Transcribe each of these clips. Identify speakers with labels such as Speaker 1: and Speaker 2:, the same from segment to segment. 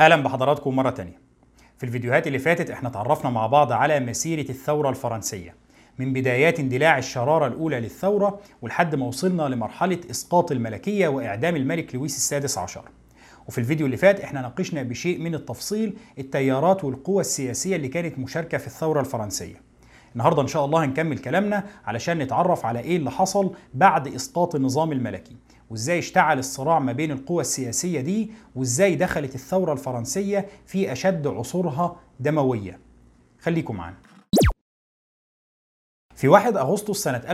Speaker 1: اهلا بحضراتكم مرة تانية. في الفيديوهات اللي فاتت احنا اتعرفنا مع بعض على مسيرة الثورة الفرنسية من بدايات اندلاع الشرارة الأولى للثورة ولحد ما وصلنا لمرحلة إسقاط الملكية وإعدام الملك لويس السادس عشر. وفي الفيديو اللي فات احنا ناقشنا بشيء من التفصيل التيارات والقوى السياسية اللي كانت مشاركة في الثورة الفرنسية. النهاردة إن شاء الله هنكمل كلامنا علشان نتعرف على إيه اللي حصل بعد إسقاط النظام الملكي، وإزاي اشتعل الصراع ما بين القوى السياسية دي، وإزاي دخلت الثورة الفرنسية في أشد عصورها دموية. خليكم معانا. في 1 أغسطس سنة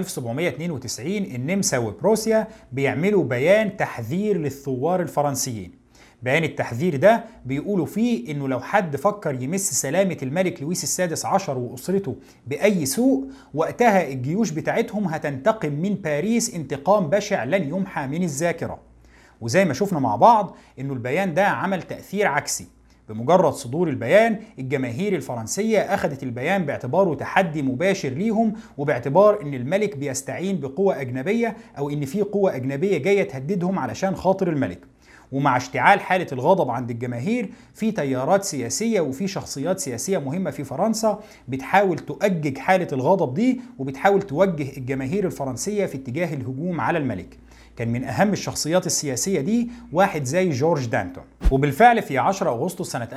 Speaker 1: 1792 النمسا وبروسيا بيعملوا بيان تحذير للثوار الفرنسيين. بيان التحذير ده بيقولوا فيه إنه لو حد فكر يمس سلامة الملك لويس السادس عشر وأسرته بأي سوء، وقتها الجيوش بتاعتهم هتنتقم من باريس انتقام بشع لن يمحى من الذاكرة. وزي ما شفنا مع بعض إنه البيان ده عمل تأثير عكسي. بمجرد صدور البيان الجماهير الفرنسية أخذت البيان باعتباره تحدي مباشر ليهم، وباعتبار إن الملك بيستعين بقوة أجنبية أو إن في قوة أجنبية جاية تهددهم علشان خاطر الملك. ومع اشتعال حالة الغضب عند الجماهير في تيارات سياسية وفي شخصيات سياسية مهمة في فرنسا بتحاول تؤجج حالة الغضب دي، وبتحاول توجه الجماهير الفرنسية في اتجاه الهجوم على الملك. كان من أهم الشخصيات السياسية دي واحد زي جورج دانتون. وبالفعل في 10 أغسطس سنة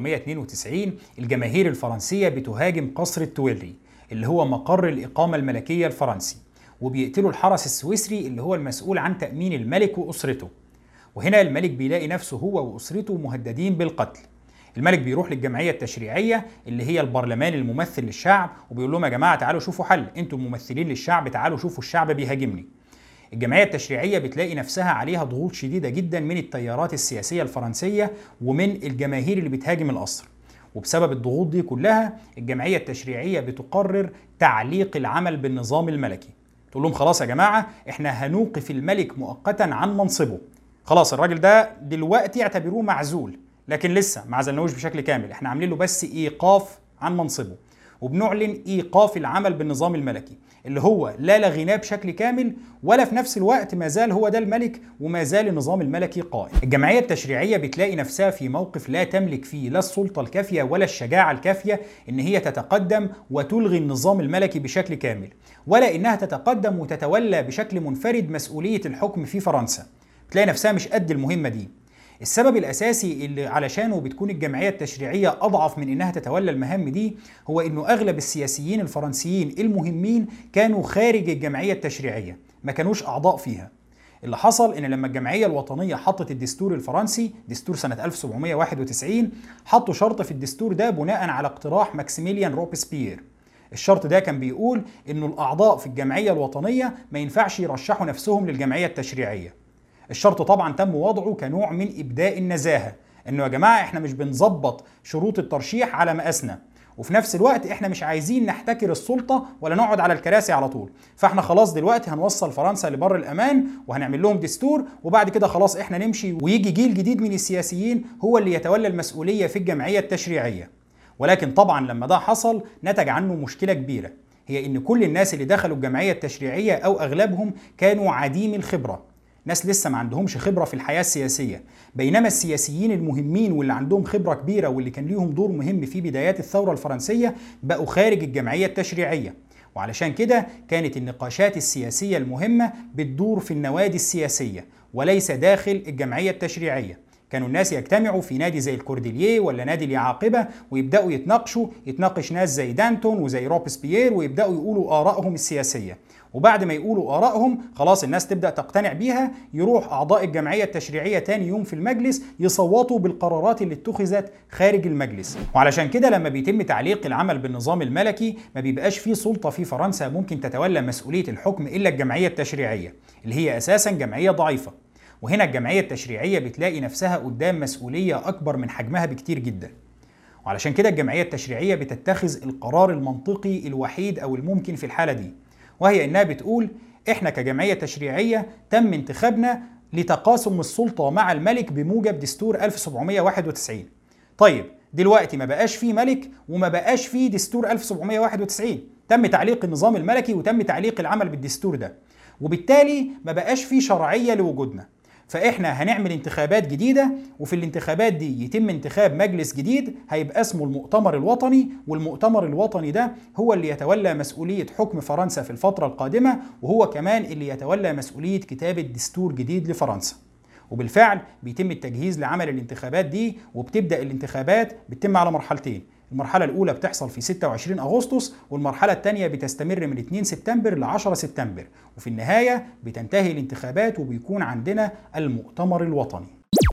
Speaker 1: 1792 الجماهير الفرنسية بتهاجم قصر التويلري اللي هو مقر الإقامة الملكية الفرنسي، وبيقتلوا الحرس السويسري اللي هو المسؤول عن تأمين الملك وأسرته. وهنا الملك بيلاقي نفسه هو وأسرته مهددين بالقتل. الملك بيروح للجمعية التشريعية اللي هي البرلمان الممثل للشعب، وبيقول لهم يا جماعة تعالوا شوفوا حل، انتم ممثلين للشعب، تعالوا شوفوا الشعب بيهاجمني. الجمعية التشريعية بتلاقي نفسها عليها ضغوط شديدة جدا من التيارات السياسية الفرنسية ومن الجماهير اللي بتهاجم القصر. وبسبب الضغوط دي كلها الجمعية التشريعية بتقرر تعليق العمل بالنظام الملكي. تقول لهم خلاص يا جماعة احنا هنوقف الملك مؤقتا عن منصبه. خلاص الراجل ده دلوقتي اعتبروه معزول، لكن لسه ما عزلناهوش بشكل كامل، احنا عاملين له بس ايقاف عن منصبه، وبنعلن ايقاف العمل بالنظام الملكي اللي هو لا لغيناه بشكل كامل، ولا في نفس الوقت ما زال هو ده الملك وما زال النظام الملكي قائم. الجمعية التشريعية بتلاقي نفسها في موقف لا تملك فيه لا السلطة الكافية ولا الشجاعة الكافية ان هي تتقدم وتلغي النظام الملكي بشكل كامل، ولا انها تتقدم وتتولى بشكل منفرد مسؤولية الحكم في فرنسا. بتلاقي نفسها مش قد المهمة دي. السبب الأساسي اللي علشانه بتكون الجمعية التشريعية أضعف من إنها تتولى المهام دي هو إنه أغلب السياسيين الفرنسيين المهمين كانوا خارج الجمعية التشريعية، ما كانوش أعضاء فيها. اللي حصل إن لما الجمعية الوطنية حطت الدستور الفرنسي، دستور سنة 1791، حطوا شرط في الدستور ده بناء على اقتراح ماكسيميليان روبسبيير. الشرط ده كان بيقول إنه الأعضاء في الجمعية الوطنية ما ينفعش يرشحوا نفسهم للجمعية التشريعية. الشرط طبعا تم وضعه كنوع من إبداء النزاهة، إنه يا جماعة إحنا مش بنظبط شروط الترشيح على مقاسنا، وفي نفس الوقت إحنا مش عايزين نحتكر السلطة ولا نقعد على الكراسي على طول، فإحنا خلاص دلوقتي هنوصل فرنسا لبر الأمان وهنعمل لهم دستور، وبعد كده خلاص إحنا نمشي ويجي جيل جديد من السياسيين هو اللي يتولى المسؤولية في الجمعية التشريعية. ولكن طبعا لما ده حصل نتج عنه مشكلة كبيرة، هي إن كل الناس اللي دخلوا الجمعية التشريعية أو أغلبهم كانوا عديم الخبرة، ناس لسه ما عندهمش خبرة في الحياة السياسية، بينما السياسيين المهمين واللي عندهم خبرة كبيرة واللي كان ليهم دور مهم في بدايات الثورة الفرنسية بقوا خارج الجمعية التشريعية. وعلشان كده كانت النقاشات السياسية المهمة بتدور في النوادي السياسية وليس داخل الجمعية التشريعية. كانوا الناس يجتمعوا في نادي زي الكورديليه ولا نادي اليعاقبة ويبدأوا يتناقش ناس زي دانتون وزي روبسبيير ويبدأوا يقولوا آرائهم السياسية، وبعد ما يقولوا آرائهم خلاص الناس تبدأ تقتنع بيها، يروح أعضاء الجمعية التشريعية تاني يوم في المجلس يصوتوا بالقرارات اللي اتخذت خارج المجلس. وعلشان كده لما بيتم تعليق العمل بالنظام الملكي ما بيبقاش فيه سلطة في فرنسا ممكن تتولى مسؤولية الحكم إلا الجمعية التشريعية اللي هي أساسا جمعية ضعيفة. وهنا الجمعية التشريعية بتلاقي نفسها قدام مسؤولية أكبر من حجمها بكتير جدا. وعلشان كده الجمعية التشريعية بتتخذ القرار المنطقي الوحيد أو الممكن في الحالة دي، وهي إنها بتقول إحنا كجمعية تشريعية تم انتخابنا لتقاسم السلطة مع الملك بموجب دستور 1791. طيب دلوقتي ما بقاش فيه ملك وما بقاش فيه دستور 1791، تم تعليق النظام الملكي وتم تعليق العمل بالدستور ده، وبالتالي ما بقاش فيه شرعية لوجودنا. فإحنا هنعمل انتخابات جديدة، وفي الانتخابات دي يتم انتخاب مجلس جديد هيبقى اسمه المؤتمر الوطني، والمؤتمر الوطني ده هو اللي يتولى مسؤولية حكم فرنسا في الفترة القادمة، وهو كمان اللي يتولى مسؤولية كتابة دستور جديد لفرنسا. وبالفعل بيتم التجهيز لعمل الانتخابات دي، وبتبدأ الانتخابات بتتم على مرحلتين. المرحلة الأولى بتحصل في 26 أغسطس، والمرحلة الثانية بتستمر من 2 سبتمبر ل 10 سبتمبر، وفي النهاية بتنتهي الانتخابات وبيكون عندنا المؤتمر الوطني.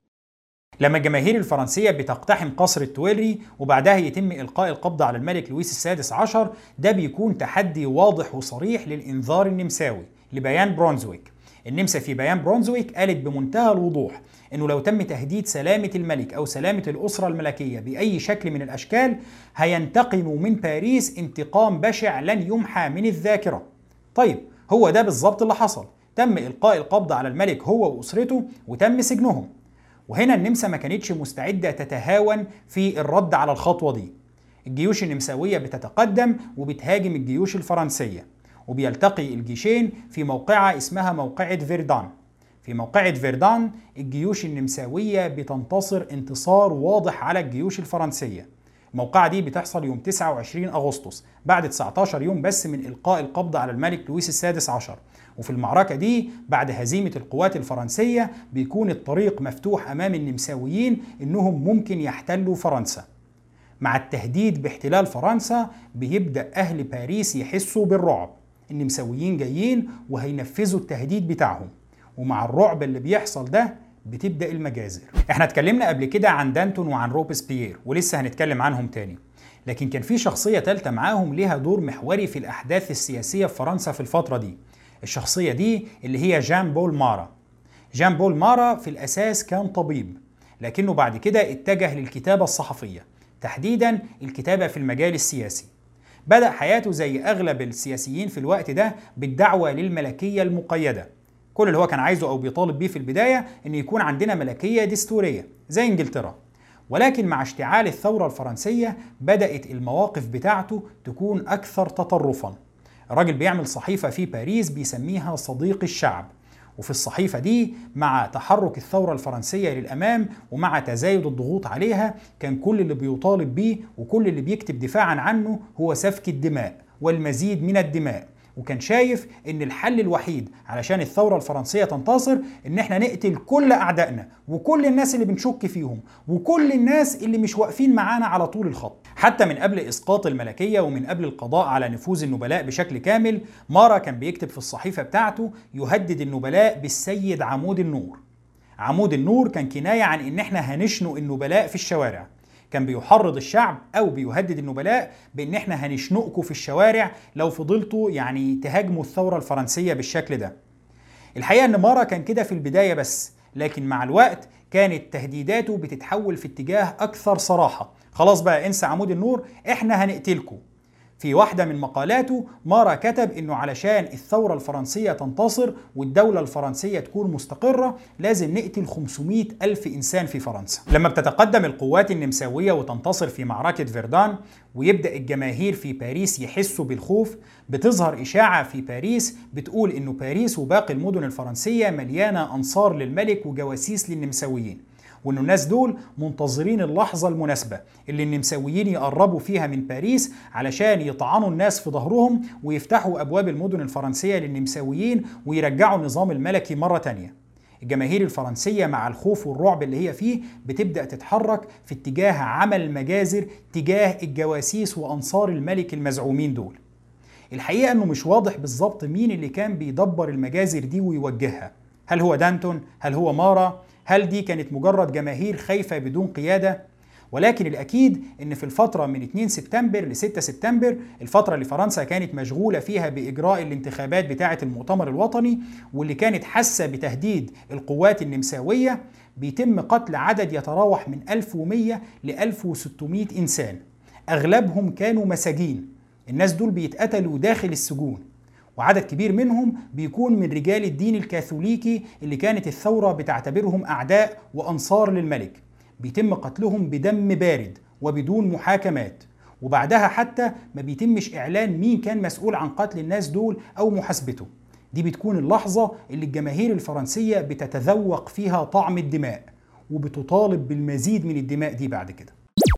Speaker 1: لما الجماهير الفرنسية بتقتحم قصر التويلري وبعدها يتم إلقاء القبض على الملك لويس السادس عشر، ده بيكون تحدي واضح وصريح للإنذار النمساوي لبيان برونزويك. النمسا في بيان برونزويك قالت بمنتهى الوضوح إنه لو تم تهديد سلامة الملك أو سلامة الأسرة الملكية بأي شكل من الأشكال هينتقموا من باريس انتقام بشع لن يمحى من الذاكرة. طيب هو ده بالظبط اللي حصل، تم إلقاء القبض على الملك هو وأسرته وتم سجنهم. وهنا النمسا ما كانتش مستعدة تتهاون في الرد على الخطوة دي. الجيوش النمساوية بتتقدم وبتهاجم الجيوش الفرنسية، وبيلتقي الجيشين في موقعة اسمها موقعة فيردان. في موقعة فيردان الجيوش النمساوية بتنتصر انتصار واضح على الجيوش الفرنسية. الموقعة دي بتحصل يوم 29 أغسطس بعد 19 يوم بس من إلقاء القبض على الملك لويس السادس عشر. وفي المعركة دي بعد هزيمة القوات الفرنسية بيكون الطريق مفتوح أمام النمساويين إنهم ممكن يحتلوا فرنسا. مع التهديد باحتلال فرنسا بيبدأ أهل باريس يحسوا بالرعب، النمساويين جايين وهينفذوا التهديد بتاعهم، ومع الرعب اللي بيحصل ده بتبدأ المجازر. احنا اتكلمنا قبل كده عن دانتون وعن روبسبيير ولسه هنتكلم عنهم تاني، لكن كان في شخصية تالتة معاهم ليها دور محوري في الأحداث السياسية في فرنسا في الفترة دي. الشخصية دي اللي هي جان بول مارا. جان بول مارا في الأساس كان طبيب، لكنه بعد كده اتجه للكتابة الصحفية، تحديدا الكتابة في المجال السياسي. بدأ حياته زي أغلب السياسيين في الوقت ده بالدعوة للملكية المقيدة. كل اللي هو كان عايزه أو بيطالب بيه في البداية إن يكون عندنا ملكية دستورية زي إنجلترا. ولكن مع اشتعال الثورة الفرنسية بدأت المواقف بتاعته تكون أكثر تطرفاً. الراجل بيعمل صحيفة في باريس بيسميها صديق الشعب، وفي الصحيفة دي مع تحرك الثورة الفرنسية للأمام ومع تزايد الضغوط عليها كان كل اللي بيطالب بيه وكل اللي بيكتب دفاعا عنه هو سفك الدماء والمزيد من الدماء. وكان شايف ان الحل الوحيد علشان الثورة الفرنسية تنتصر ان احنا نقتل كل اعدائنا وكل الناس اللي بنشك فيهم وكل الناس اللي مش واقفين معانا على طول الخط. حتى من قبل اسقاط الملكية ومن قبل القضاء على نفوذ النبلاء بشكل كامل، مارا كان بيكتب في الصحيفة بتاعته يهدد النبلاء بالسيد عمود النور. عمود النور كان كناية عن ان احنا هنشنق النبلاء في الشوارع. كان بيحرض الشعب أو بيهدد النبلاء بأن احنا هنشنقكم في الشوارع لو فضلتوا تهاجموا الثورة الفرنسية بالشكل ده. الحقيقة أن مارا كان كده في البداية بس، لكن مع الوقت كانت تهديداته بتتحول في اتجاه أكثر صراحة. خلاص بقى انسى عمود النور، احنا هنقتلكم. في واحدة من مقالاته مارا كتب إنه علشان الثورة الفرنسية تنتصر والدولة الفرنسية تكون مستقرة لازم نقتل 500 ألف إنسان في فرنسا. لما بتتقدم القوات النمساوية وتنتصر في معركة فيردان ويبدأ الجماهير في باريس يحسوا بالخوف، بتظهر إشاعة في باريس بتقول إنه باريس وباقي المدن الفرنسية مليانة أنصار للملك وجواسيس للنمساويين، وإن الناس دول منتظرين اللحظة المناسبة اللي النمساويين يقربوا فيها من باريس علشان يطعنوا الناس في ظهرهم ويفتحوا أبواب المدن الفرنسية للنمساويين ويرجعوا النظام الملكي مرة تانية. الجماهير الفرنسية مع الخوف والرعب اللي هي فيه بتبدأ تتحرك في اتجاه عمل مجازر تجاه الجواسيس وأنصار الملك المزعومين دول. الحقيقة أنه مش واضح بالظبط مين اللي كان بيدبر المجازر دي ويوجهها. هل هو دانتون؟ هل هو مارا؟ هل دي كانت مجرد جماهير خايفة بدون قيادة؟ ولكن الأكيد إن في الفترة من 2 سبتمبر ل 6 سبتمبر، الفترة اللي فرنسا كانت مشغولة فيها بإجراء الانتخابات بتاعة المؤتمر الوطني واللي كانت حاسة بتهديد القوات النمساوية، بيتم قتل عدد يتراوح من 1100 ل 1600 إنسان، أغلبهم كانوا مساجين. الناس دول بيتقتلوا داخل السجون، وعدد كبير منهم بيكون من رجال الدين الكاثوليكي اللي كانت الثورة بتعتبرهم أعداء وأنصار للملك. بيتم قتلهم بدم بارد وبدون محاكمات، وبعدها حتى ما بيتمش إعلان مين كان مسؤول عن قتل الناس دول أو محاسبته. دي بتكون اللحظة اللي الجماهير الفرنسية بتتذوق فيها طعم الدماء وبتطالب بالمزيد من الدماء دي بعد كده.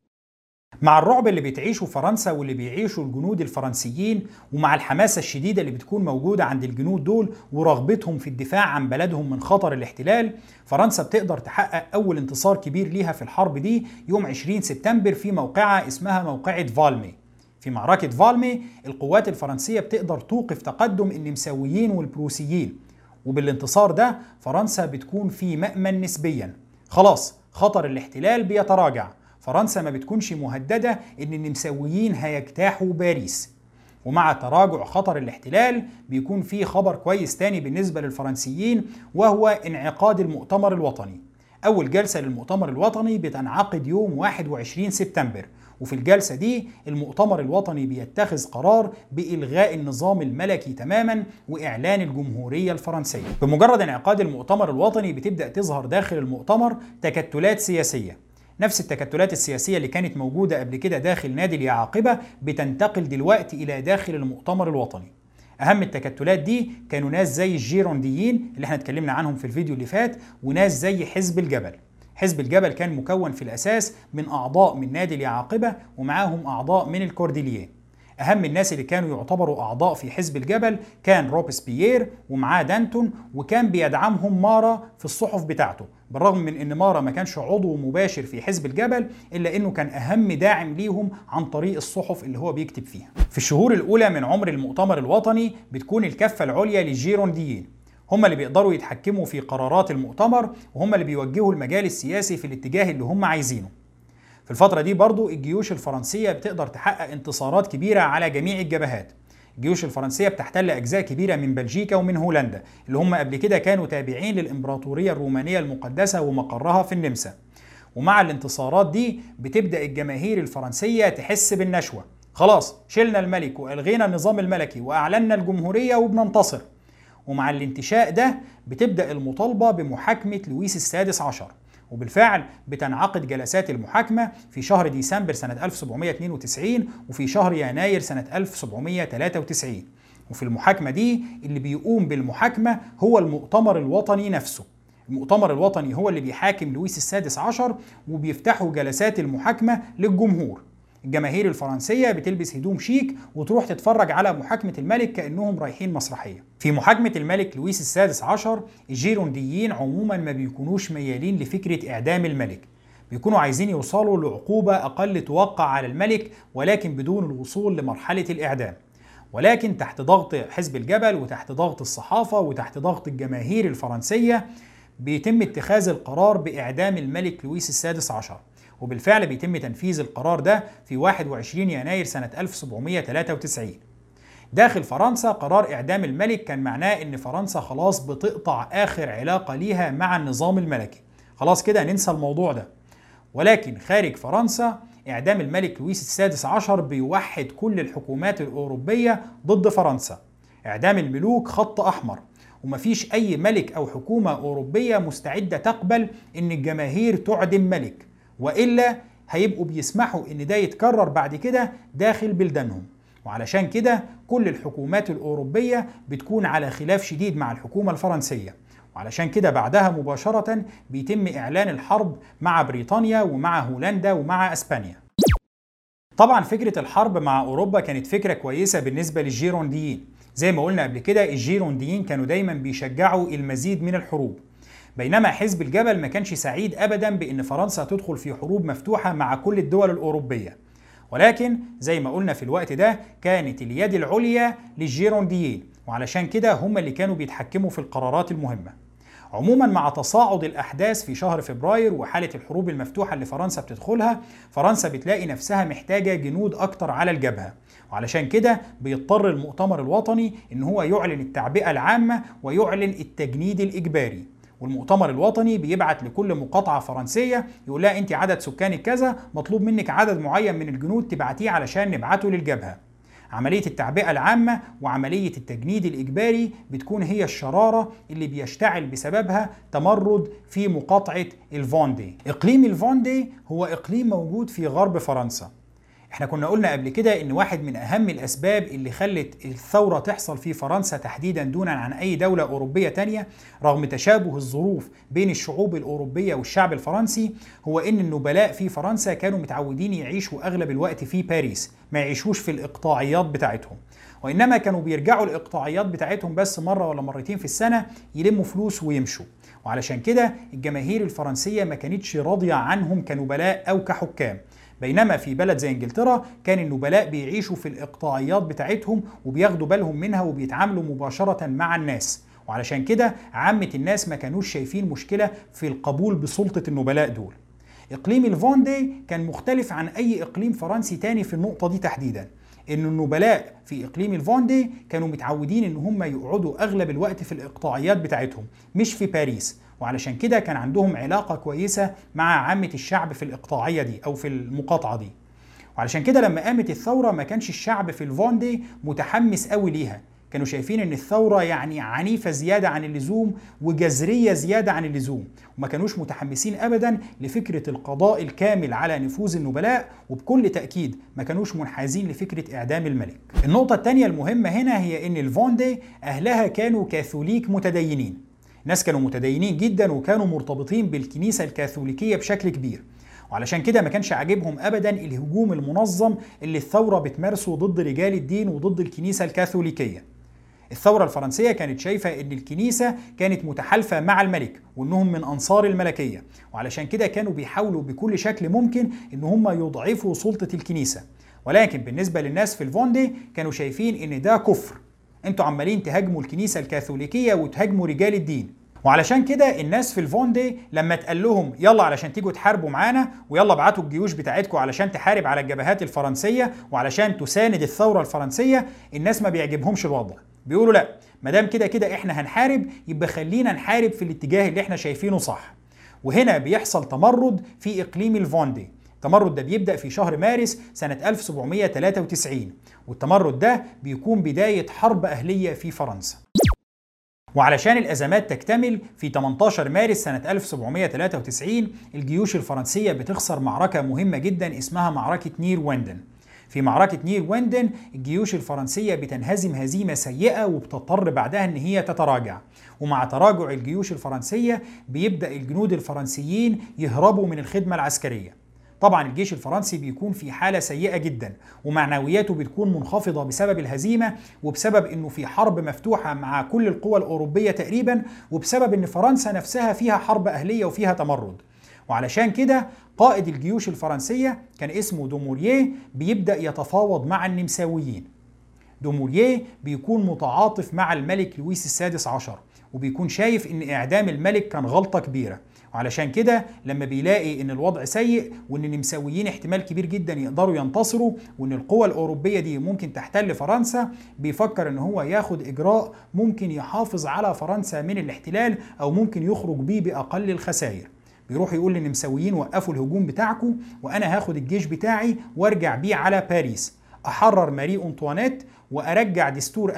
Speaker 1: مع الرعب اللي بتعيشه فرنسا واللي بيعيشه الجنود الفرنسيين، ومع الحماسة الشديدة اللي بتكون موجودة عند الجنود دول ورغبتهم في الدفاع عن بلدهم من خطر الاحتلال، فرنسا بتقدر تحقق أول انتصار كبير ليها في الحرب دي يوم 20 سبتمبر في موقعة اسمها موقعة فالمي. في معركة فالمي القوات الفرنسية بتقدر توقف تقدم النمساويين والبروسيين، وبالانتصار ده فرنسا بتكون في مأمن نسبيا. خلاص خطر الاحتلال بيتراجع، فرنسا ما بتكونش مهددة ان النمساويين هيجتاحوا باريس. ومع تراجع خطر الاحتلال بيكون في خبر كويس تاني بالنسبة للفرنسيين، وهو انعقاد المؤتمر الوطني. أول جلسة للمؤتمر الوطني بتنعقد يوم 21 سبتمبر، وفي الجلسة دي المؤتمر الوطني بيتخذ قرار بإلغاء النظام الملكي تماما وإعلان الجمهورية الفرنسية. بمجرد انعقاد المؤتمر الوطني بتبدأ تظهر داخل المؤتمر تكتلات سياسية، نفس التكتلات السياسية اللي كانت موجودة قبل كده داخل نادي اليعاقبة بتنتقل دلوقتي إلى داخل المؤتمر الوطني. أهم التكتلات دي كانوا ناس زي الجيرونديين اللي احنا اتكلمنا عنهم في الفيديو اللي فات، وناس زي حزب الجبل. حزب الجبل كان مكون في الأساس من أعضاء من نادي اليعاقبة ومعاهم أعضاء من الكورديليين. أهم الناس اللي كانوا يعتبروا أعضاء في حزب الجبل كان روبسبيير ومعاه دانتون، وكان بيدعمهم مارا في الصحف بتاعته، بالرغم من أن مارا ما كانش عضو مباشر في حزب الجبل إلا أنه كان أهم داعم ليهم عن طريق الصحف اللي هو بيكتب فيها. في الشهور الأولى من عمر المؤتمر الوطني بتكون الكفة العليا للجيرونديين، هم اللي بيقدروا يتحكموا في قرارات المؤتمر، وهم اللي بيوجهوا المجال السياسي في الاتجاه اللي هم عايزينه. في الفترة دي برضو الجيوش الفرنسية بتقدر تحقق انتصارات كبيرة على جميع الجبهات. الجيوش الفرنسية بتحتل أجزاء كبيرة من بلجيكا ومن هولندا اللي هم قبل كده كانوا تابعين للإمبراطورية الرومانية المقدسة ومقرها في النمسا. ومع الانتصارات دي بتبدأ الجماهير الفرنسية تحس بالنشوة، خلاص شلنا الملك وألغينا النظام الملكي وأعلنا الجمهورية وبننتصر. ومع الانتشاء ده بتبدأ المطالبة بمحاكمة لويس السادس عشر، وبالفعل بتنعقد جلسات المحاكمة في شهر ديسمبر سنة 1792 وفي شهر يناير سنة 1793. وفي المحاكمة دي اللي بيقوم بالمحاكمة هو المؤتمر الوطني نفسه. المؤتمر الوطني هو اللي بيحاكم لويس السادس عشر، وبيفتحوا جلسات المحاكمة للجمهور. الجماهير الفرنسية بتلبس هدوم شيك وتروح تتفرج على محاكمة الملك كأنهم رايحين مسرحية. في محاكمة الملك لويس السادس عشر الجيرونديين عموما ما بيكونوش ميالين لفكرة إعدام الملك، بيكونوا عايزين يوصلوا لعقوبة أقل توقع على الملك ولكن بدون الوصول لمرحلة الإعدام. ولكن تحت ضغط حزب الجبل وتحت ضغط الصحافة وتحت ضغط الجماهير الفرنسية بيتم اتخاذ القرار بإعدام الملك لويس السادس عشر، وبالفعل بيتم تنفيذ القرار ده في 21 يناير سنة 1793. داخل فرنسا قرار إعدام الملك كان معناه إن فرنسا خلاص بتقطع آخر علاقة ليها مع النظام الملكي، خلاص كده ننسى الموضوع ده. ولكن خارج فرنسا إعدام الملك لويس السادس عشر بيوحد كل الحكومات الأوروبية ضد فرنسا. إعدام الملوك خط أحمر، ومفيش أي ملك أو حكومة أوروبية مستعدة تقبل إن الجماهير تعدم ملك، وإلا هيبقوا بيسمحوا إن ده يتكرر بعد كده داخل بلدانهم. وعلشان كده كل الحكومات الأوروبية بتكون على خلاف شديد مع الحكومة الفرنسية، وعلشان كده بعدها مباشرة بيتم إعلان الحرب مع بريطانيا ومع هولندا ومع أسبانيا. طبعا فكرة الحرب مع أوروبا كانت فكرة كويسة بالنسبة للجيرونديين، زي ما قلنا قبل كده الجيرونديين كانوا دايما بيشجعوا المزيد من الحروب، بينما حزب الجبل ما كانش سعيد أبدا بأن فرنسا تدخل في حروب مفتوحة مع كل الدول الأوروبية. ولكن زي ما قلنا في الوقت ده كانت اليد العليا للجيرونديين، وعلشان كده هم اللي كانوا بيتحكموا في القرارات المهمة. عموما مع تصاعد الأحداث في شهر فبراير وحالة الحروب المفتوحة اللي فرنسا بتدخلها، فرنسا بتلاقي نفسها محتاجة جنود أكتر على الجبهة، وعلشان كده بيضطر المؤتمر الوطني إن هو يعلن التعبئة العامة ويعلن التجنيد الإجباري. والمؤتمر الوطني بيبعت لكل مقاطعة فرنسية يقول لها أنت عدد سكانك كذا، مطلوب منك عدد معين من الجنود تبعتيه علشان نبعته للجبهة. عملية التعبئة العامة وعملية التجنيد الإجباري بتكون هي الشرارة اللي بيشتعل بسببها تمرد في مقاطعة الفوندي. إقليم الفوندي هو إقليم موجود في غرب فرنسا. احنا كنا قلنا قبل كده ان واحد من اهم الاسباب اللي خلت الثورة تحصل في فرنسا تحديدا دونا عن اي دولة اوروبية تانية رغم تشابه الظروف بين الشعوب الاوروبية والشعب الفرنسي، هو ان النبلاء في فرنسا كانوا متعودين يعيشوا اغلب الوقت في باريس، ما يعيشوش في الاقطاعيات بتاعتهم، وانما كانوا بيرجعوا الاقطاعيات بتاعتهم بس مرة ولا مرتين في السنة يلموا فلوس ويمشوا. وعلشان كده الجماهير الفرنسية ما كانتش راضية عنهم كنبلاء او كحكام، بينما في بلد زي انجلترا كان النبلاء بيعيشوا في الاقطاعيات بتاعتهم وبياخدوا بالهم منها وبيتعاملوا مباشرة مع الناس، وعلشان كده عامة الناس ما كانوش شايفين مشكلة في القبول بسلطة النبلاء دول. اقليم الفوندي كان مختلف عن اي اقليم فرنسي تاني في النقطة دي تحديدا، ان النبلاء في اقليم الفوندي كانوا متعودين ان هم يقعدوا اغلب الوقت في الاقطاعيات بتاعتهم مش في باريس، وعلشان كده كان عندهم علاقة كويسة مع عامة الشعب في الإقطاعية دي أو في المقاطعة دي. وعلشان كده لما قامت الثورة ما كانش الشعب في الفوندي متحمس قوي ليها، كانوا شايفين ان الثورة يعني عنيفة زيادة عن اللزوم وجذرية زيادة عن اللزوم، وما كانوش متحمسين ابدا لفكرة القضاء الكامل على نفوذ النبلاء، وبكل تأكيد ما كانوش منحازين لفكرة اعدام الملك. النقطة الثانية المهمة هنا هي ان الفوندي اهلها كانوا كاثوليك متدينين، ناس كانوا متدينين جدا وكانوا مرتبطين بالكنيسة الكاثوليكية بشكل كبير، وعلشان كده ما كانش عاجبهم ابدا الهجوم المنظم اللي الثورة بتمارسه ضد رجال الدين وضد الكنيسة الكاثوليكية. الثورة الفرنسية كانت شايفة ان الكنيسة كانت متحالفة مع الملك وانهم من انصار الملكية، وعلشان كده كانوا بيحاولوا بكل شكل ممكن ان هم يضعفوا سلطة الكنيسة، ولكن بالنسبة للناس في الفوندي كانوا شايفين ان ده كفر، انتوا عمالين تهاجموا الكنيسة الكاثوليكية وتهاجموا رجال الدين. وعلشان كده الناس في الفوندي لما اتقال لهم يلا علشان تيجوا تحاربوا معانا ويلا ابعتوا الجيوش بتاعتكم علشان تحارب على الجبهات الفرنسية وعلشان تساند الثورة الفرنسية، الناس ما بيعجبهمش الوضع، بيقولوا لا مادام كده كده احنا هنحارب يبقى خلينا نحارب في الاتجاه اللي احنا شايفينه صح. وهنا بيحصل تمرد في اقليم الفوندي. التمرد ده بيبدأ في شهر مارس سنة 1793، والتمرد ده بيكون بداية حرب أهلية في فرنسا. وعلشان الأزمات تكتمل، في 18 مارس سنة 1793 الجيوش الفرنسية بتخسر معركة مهمة جدا اسمها معركة نيرويندن. في معركة نيرويندن الجيوش الفرنسية بتنهزم هزيمة سيئة وبتضطر بعدها ان هي تتراجع، ومع تراجع الجيوش الفرنسية بيبدأ الجنود الفرنسيين يهربوا من الخدمة العسكرية. طبعا الجيش الفرنسي بيكون في حالة سيئة جدا ومعنوياته بتكون منخفضة بسبب الهزيمة وبسبب انه في حرب مفتوحة مع كل القوى الأوروبية تقريبا، وبسبب ان فرنسا نفسها فيها حرب أهلية وفيها تمرد. وعلشان كده قائد الجيوش الفرنسية كان اسمه دومورييه بيبدأ يتفاوض مع النمساويين. دومورييه بيكون متعاطف مع الملك لويس السادس عشر وبيكون شايف ان اعدام الملك كان غلطة كبيرة، وعلشان كده لما بيلاقي ان الوضع سيء وان النمساويين احتمال كبير جدا يقدروا ينتصروا وان القوى الأوروبية دي ممكن تحتل فرنسا، بيفكر ان هو ياخد اجراء ممكن يحافظ على فرنسا من الاحتلال او ممكن يخرج بيه بأقل الخسائر. بيروح يقول للنمساويين وقفوا الهجوم بتاعكم وانا هاخد الجيش بتاعي وارجع بيه على باريس، احرر ماري أنطوانيت وارجع دستور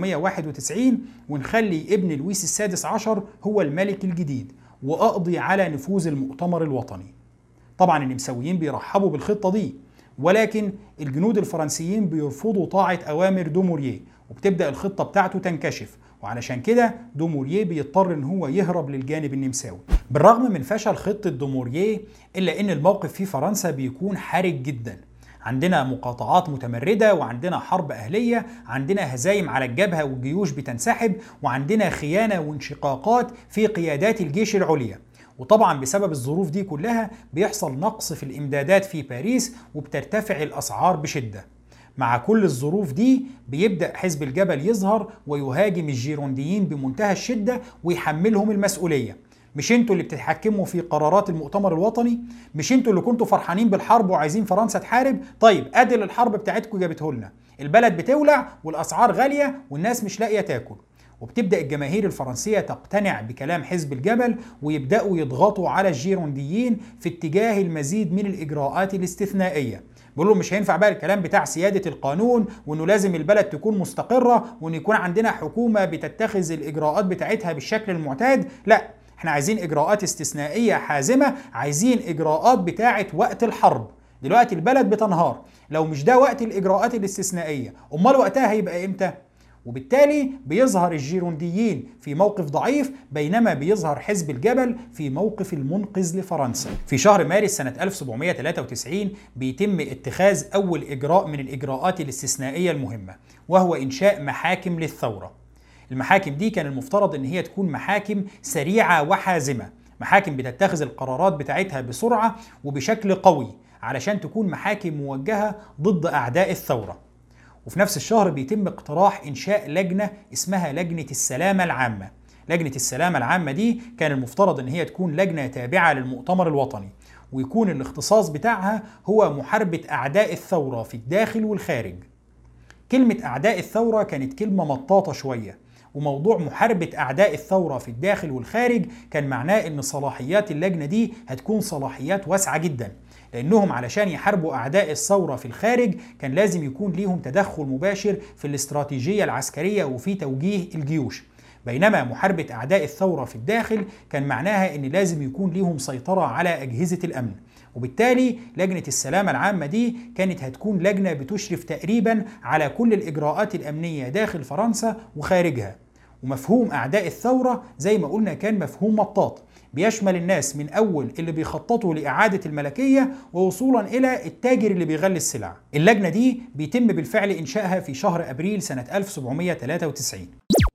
Speaker 1: 1791 ونخلي ابن لويس السادس عشر هو الملك الجديد واقضي على نفوذ المؤتمر الوطني. طبعا النمساويين بيرحبوا بالخطة دي، ولكن الجنود الفرنسيين بيرفضوا طاعة اوامر دومورييه وبتبدأ الخطة بتاعته تنكشف، وعلشان كده دومورييه بيضطر ان هو يهرب للجانب النمساوي. بالرغم من فشل خطة دومورييه الا ان الموقف في فرنسا بيكون حرج جدا، عندنا مقاطعات متمردة وعندنا حرب أهلية، عندنا هزايم على الجبهة والجيوش بتنسحب، وعندنا خيانة وانشقاقات في قيادات الجيش العليا. وطبعا بسبب الظروف دي كلها بيحصل نقص في الإمدادات في باريس وبترتفع الأسعار بشدة. مع كل الظروف دي بيبدأ حزب الجبل يظهر ويهاجم الجيرونديين بمنتهى الشدة ويحملهم المسؤولية. مش انتوا اللي بتتحكموا في قرارات المؤتمر الوطني؟ مش انتوا اللي كنتوا فرحانين بالحرب وعايزين فرنسا تحارب؟ طيب ادي الحرب بتاعتكم جابته لنا، البلد بتولع والاسعار غالية والناس مش لاقية تاكل. وبتبدأ الجماهير الفرنسية تقتنع بكلام حزب الجبل ويبدأوا يضغطوا على الجيرونديين في اتجاه المزيد من الإجراءات الاستثنائية. بيقولوا مش هينفع بقى الكلام بتاع سيادة القانون وانه لازم البلد تكون مستقرة وان يكون عندنا حكومة بتتخذ الإجراءات بتاعتها بالشكل المعتاد، لا، احنا عايزين إجراءات استثنائية حازمة، عايزين إجراءات بتاعت وقت الحرب. دلوقتي البلد بتنهار، لو مش ده وقت الإجراءات الاستثنائية أمال وقتها هيبقى إمتى؟ وبالتالي بيظهر الجيرونديين في موقف ضعيف، بينما بيظهر حزب الجبل في موقف المنقذ لفرنسا. في شهر مارس سنة 1793 بيتم اتخاذ أول إجراء من الإجراءات الاستثنائية المهمة، وهو إنشاء محاكم للثورة. المحاكم دي كان المفترض إن هي تكون محاكم سريعة وحازمة، محاكم بتتخذ القرارات بتاعتها بسرعة وبشكل قوي علشان تكون محاكم موجهة ضد أعداء الثورة. وفي نفس الشهر بيتم اقتراح إنشاء لجنة اسمها لجنة السلامة العامة. لجنة السلامة العامة دي كان المفترض إن هي تكون لجنة تابعة للمؤتمر الوطني، ويكون الاختصاص بتاعها هو محاربة أعداء الثورة في الداخل والخارج. كلمة أعداء الثورة كانت كلمة مطاطة شوية، وموضوع محاربة أعداء الثورة في الداخل والخارج كان معناه إن صلاحيات اللجنة دي هتكون صلاحيات واسعة جدا، لأنهم علشان يحاربوا أعداء الثورة في الخارج كان لازم يكون ليهم تدخل مباشر في الاستراتيجية العسكرية وفي توجيه الجيوش، بينما محاربة أعداء الثورة في الداخل كان معناها إن لازم يكون ليهم سيطرة على أجهزة الأمن. وبالتالي لجنة السلامة العامة دي كانت هتكون لجنة بتشرف تقريبا على كل الإجراءات الأمنية داخل فرنسا وخارجها. ومفهوم أعداء الثورة زي ما قلنا كان مفهوم مطاط، بيشمل الناس من أول اللي بيخططوا لإعادة الملكية ووصولا إلى التاجر اللي بيغلي السلع. اللجنة دي بيتم بالفعل إنشائها في شهر أبريل سنة 1793.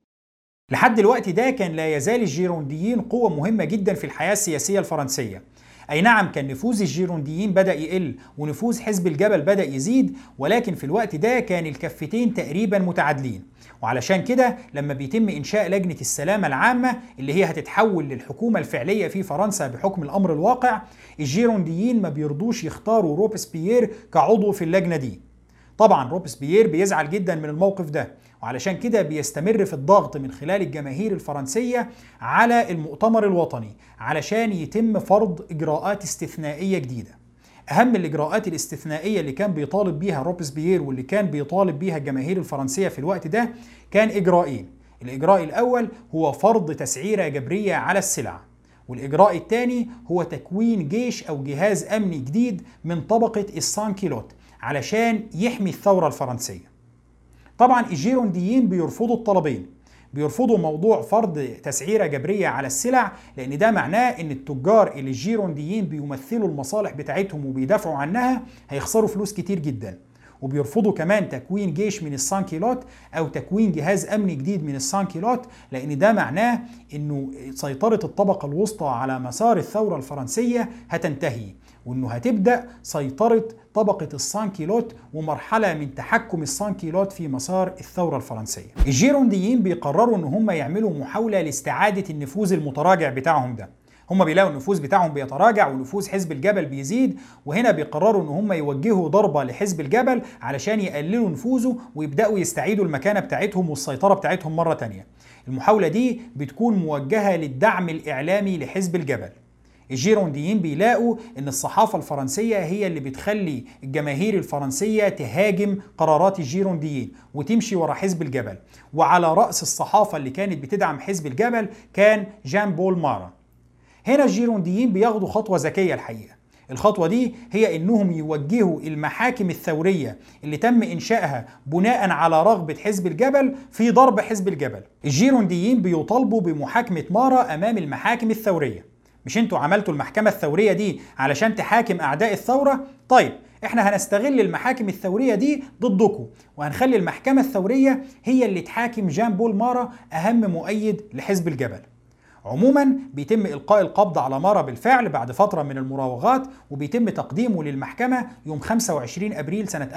Speaker 1: لحد الوقت ده كان لا يزال الجيرونديين قوة مهمة جدا في الحياة السياسية الفرنسية. أي نعم كان نفوذ الجيرونديين بدأ يقل ونفوذ حزب الجبل بدأ يزيد، ولكن في الوقت ده كان الكفتين تقريبا متعادلين. وعلشان كده لما بيتم إنشاء لجنة السلامة العامة اللي هي هتتحول للحكومة الفعلية في فرنسا بحكم الأمر الواقع، الجيرونديين ما بيرضوش يختاروا روبسبيير كعضو في اللجنة دي. طبعا روبسبيير بيزعل جدا من الموقف ده، وعلشان كده بيستمر في الضغط من خلال الجماهير الفرنسية على المؤتمر الوطني علشان يتم فرض إجراءات استثنائية جديدة. أهم الإجراءات الاستثنائية اللي كان بيطالب بيها روبسبيير واللي كان بيطالب بيها الجماهير الفرنسية في الوقت ده كان إجراءين. الإجراء الأول هو فرض تسعيرة جبرية على السلع، والإجراء الثاني هو تكوين جيش أو جهاز أمني جديد من طبقة السانكيلوت علشان يحمي الثورة الفرنسية. طبعا الجيرونديين بيرفضوا الطلبين، بيرفضوا موضوع فرض تسعيرة جبرية على السلع، لأن ده معناه إن التجار اللي الجيرونديين بيمثلوا المصالح بتاعتهم وبيدافعوا عنها هيخسروا فلوس كتير جدا. وبيرفضوا كمان تكوين جيش من السانكيلوت أو تكوين جهاز أمني جديد من السانكيلوت، لأن ده معناه إنه سيطرة الطبقة الوسطى على مسار الثورة الفرنسية هتنتهي، وإنه هتبدأ سيطرة طبقة السانكيلوت ومرحلة من تحكم السانكيلوت في مسار الثورة الفرنسية. الجيرونديين بيقرروا إن هم يعملوا محاولة لاستعادة النفوذ المتراجع بتاعهم ده. هم بيلاقوا النفوذ بتاعهم بيتراجع ونفوذ حزب الجبل بيزيد، وهنا بيقرروا ان هم يوجهوا ضربة لحزب الجبل علشان يقللوا نفوذه ويبدأوا يستعيدوا المكانة بتاعتهم والسيطرة بتاعتهم مرة تانية. المحاولة دي بتكون موجهة للدعم الإعلامي لحزب الجبل. الجيرونديين بيلاقوا ان الصحافة الفرنسية هي اللي بتخلي الجماهير الفرنسية تهاجم قرارات الجيرونديين وتمشي ورا حزب الجبل، وعلى رأس الصحافة اللي كانت بتدعم حزب الجبل كان جان بول مارا. هنا الجيرونديين بياخدوا خطوة ذكية الحقيقة. الخطوة دي هي انهم يوجهوا المحاكم الثورية اللي تم انشائها بناء على رغبة حزب الجبل في ضرب حزب الجبل. الجيرونديين بيطالبوا بمحاكمة مارا امام المحاكم الثورية. مش انتوا عملتوا المحكمة الثورية دي علشان تحاكم اعداء الثورة؟ طيب احنا هنستغل المحاكم الثورية دي ضدكم، وهنخلي المحكمة الثورية هي اللي تحاكم جان بول مارا اهم مؤيد لحزب الجبل. عموما بيتم إلقاء القبض على مارا بالفعل بعد فترة من المراوغات، وبيتم تقديمه للمحكمة يوم 25 أبريل سنة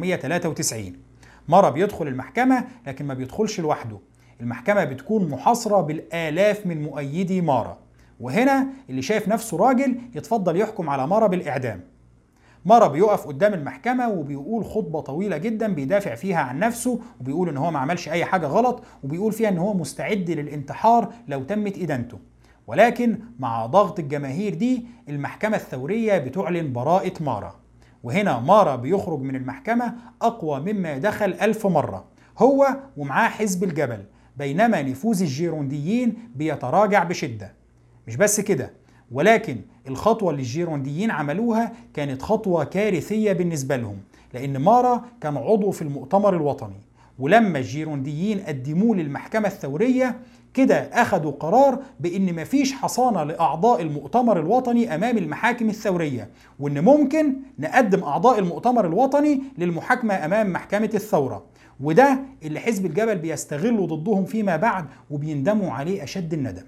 Speaker 1: 1793. مارا بيدخل المحكمة لكن ما بيدخلش لوحده، المحكمة بتكون محاصرة بالآلاف من مؤيدي مارا، وهنا اللي شايف نفسه راجل يتفضل يحكم على مارا بالإعدام. مارا بيقف قدام المحكمة وبيقول خطبة طويلة جدا بيدافع فيها عن نفسه، وبيقول ان هو ما عملش اي حاجة غلط، وبيقول فيها ان هو مستعد للانتحار لو تمت إدانته. ولكن مع ضغط الجماهير دي المحكمة الثورية بتعلن براءة مارا، وهنا مارا بيخرج من المحكمة أقوى مما دخل 1000 مرة، هو ومعاه حزب الجبل، بينما نفوذ الجيرونديين بيتراجع بشدة. مش بس كده، ولكن الخطوة اللي الجيرونديين عملوها كانت خطوة كارثية بالنسبة لهم، لأن مارا كان عضو في المؤتمر الوطني، ولما الجيرونديين قدموه للمحكمة الثورية كده أخدوا قرار بأن مفيش حصانة لأعضاء المؤتمر الوطني أمام المحاكم الثورية، وأن ممكن نقدم أعضاء المؤتمر الوطني للمحاكمة أمام محكمة الثورة. وده اللي حزب الجبل بيستغلوا ضدهم فيما بعد وبيندموا عليه أشد الندم.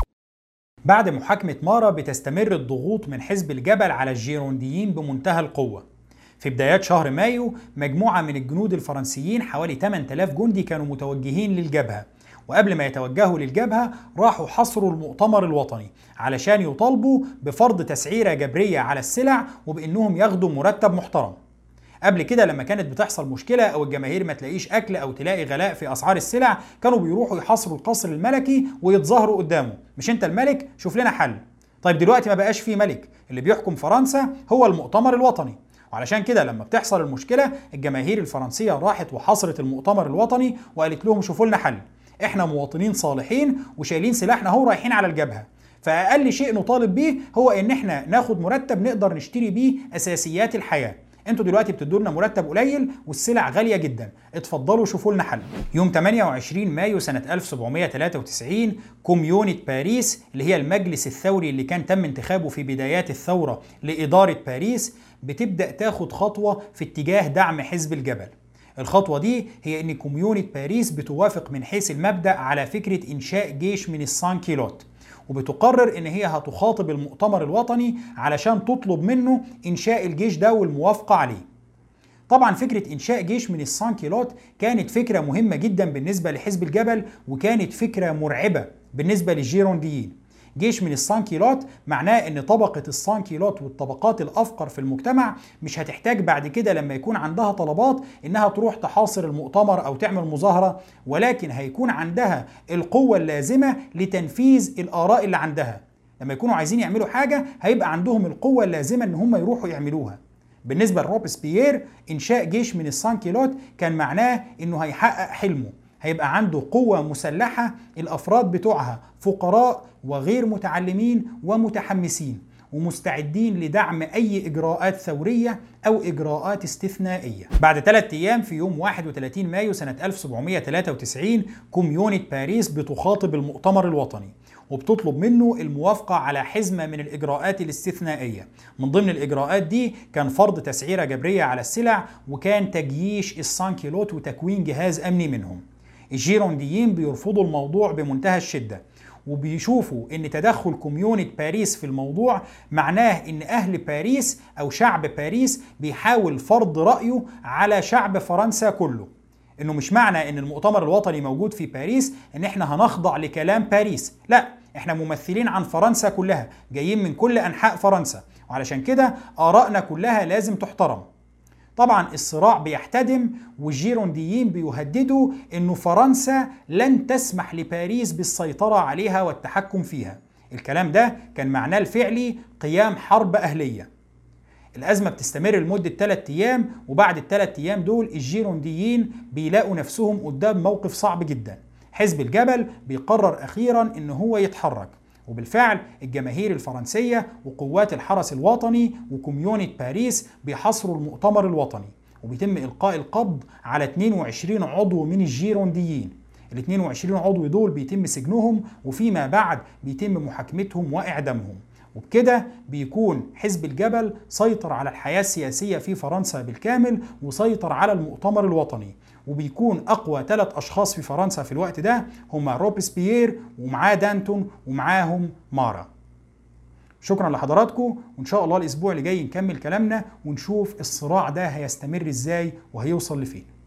Speaker 1: بعد محاكمة مارا بتستمر الضغوط من حزب الجبل على الجيرونديين بمنتهى القوة. في بدايات شهر مايو مجموعة من الجنود الفرنسيين حوالي 8000 جندي كانوا متوجهين للجبهة، وقبل ما يتوجهوا للجبهة راحوا حصروا المؤتمر الوطني علشان يطالبوا بفرض تسعيرة جبرية على السلع وبأنهم ياخدوا مرتب محترم. قبل كده لما كانت بتحصل مشكلة أو الجماهير ما تلاقيش أكل أو تلاقي غلاء في أسعار السلع، كانوا بيروحوا يحاصروا القصر الملكي ويتظاهروا قدامه: مش أنت الملك؟ شوف لنا حل. طيب دلوقتي ما بقاش فيه ملك، اللي بيحكم فرنسا هو المؤتمر الوطني، وعلشان كده لما بتحصل المشكلة الجماهير الفرنسية راحت وحصرت المؤتمر الوطني وقالت لهم شوفوا لنا حل، احنا مواطنين صالحين وشايلين سلاحنا اهو رايحين على الجبهة، فأقل شيء نطالب بيه هو ان احنا ناخد مرتب نقدر نشتري بيه أساسيات الحياة. انتوا دلوقتي بتدوا لنا مرتب قليل والسلع غالية جدا، اتفضلوا شوفوا لنا حل. يوم 28 مايو سنة 1793 كوميونة باريس اللي هي المجلس الثوري اللي كان تم انتخابه في بدايات الثورة لإدارة باريس بتبدأ تاخد خطوة في اتجاه دعم حزب الجبل. الخطوة دي هي ان كوميونة باريس بتوافق من حيث المبدأ على فكرة إنشاء جيش من السانكيلوت، وبتقرر ان هي هتخاطب المؤتمر الوطني علشان تطلب منه انشاء الجيش ده والموافقة عليه. طبعا فكرة انشاء جيش من السانكيلوت كانت فكرة مهمة جدا بالنسبة لحزب الجبل، وكانت فكرة مرعبة بالنسبة للجيرونديين. جيش من السانكيلوت معناه ان طبقة السانكيلوت والطبقات الافقر في المجتمع مش هتحتاج بعد كده لما يكون عندها طلبات انها تروح تحاصر المؤتمر او تعمل مظاهرة، ولكن هيكون عندها القوة اللازمة لتنفيذ الاراء اللي عندها. لما يكونوا عايزين يعملوا حاجة هيبقى عندهم القوة اللازمة ان هم يروحوا يعملوها. بالنسبة لروبسبيير انشاء جيش من السانكيلوت كان معناه انه هيحقق حلمه، هيبقى عنده قوة مسلحة الأفراد بتوعها فقراء وغير متعلمين ومتحمسين ومستعدين لدعم أي إجراءات ثورية أو إجراءات استثنائية. بعد 3 أيام في يوم 31 مايو سنة 1793 كوميونة باريس بتخاطب المؤتمر الوطني وبتطلب منه الموافقة على حزمة من الإجراءات الاستثنائية. من ضمن الإجراءات دي كان فرض تسعيرة جبرية على السلع، وكان تجييش السانكيلوت وتكوين جهاز أمني منهم. الجيرونديين بيرفضوا الموضوع بمنتهى الشدة، وبيشوفوا ان تدخل كوميونة باريس في الموضوع معناه ان اهل باريس او شعب باريس بيحاول فرض رأيه على شعب فرنسا كله. انه مش معنى ان المؤتمر الوطني موجود في باريس ان احنا هنخضع لكلام باريس، لا، احنا ممثلين عن فرنسا كلها، جايين من كل انحاء فرنسا، وعلشان كده آرائنا كلها لازم تحترم. طبعا الصراع بيحتدم، والجيرونديين بيهددوا انه فرنسا لن تسمح لباريس بالسيطرة عليها والتحكم فيها. الكلام ده كان معناه الفعلي قيام حرب أهلية. الأزمة بتستمر لمدة 3 أيام، وبعد ال3 أيام دول الجيرونديين بيلاقوا نفسهم قدام موقف صعب جدا. حزب الجبل بيقرر أخيرا إن هو يتحرك، وبالفعل الجماهير الفرنسية وقوات الحرس الوطني وكوميونة باريس بيحاصروا المؤتمر الوطني، وبيتم إلقاء القبض على 22 عضو من الجيرونديين. ال 22 عضو دول بيتم سجنهم، وفيما بعد بيتم محاكمتهم وإعدامهم. وبكده بيكون حزب الجبل سيطر على الحياة السياسية في فرنسا بالكامل، وسيطر على المؤتمر الوطني، وبيكون أقوى 3 أشخاص في فرنسا في الوقت ده هما روبسبيير ومعاه دانتون ومعاهم مارا. شكرا لحضراتكم، وإن شاء الله الأسبوع اللي جاي نكمل كلامنا ونشوف الصراع ده هيستمر إزاي وهيوصل لفين.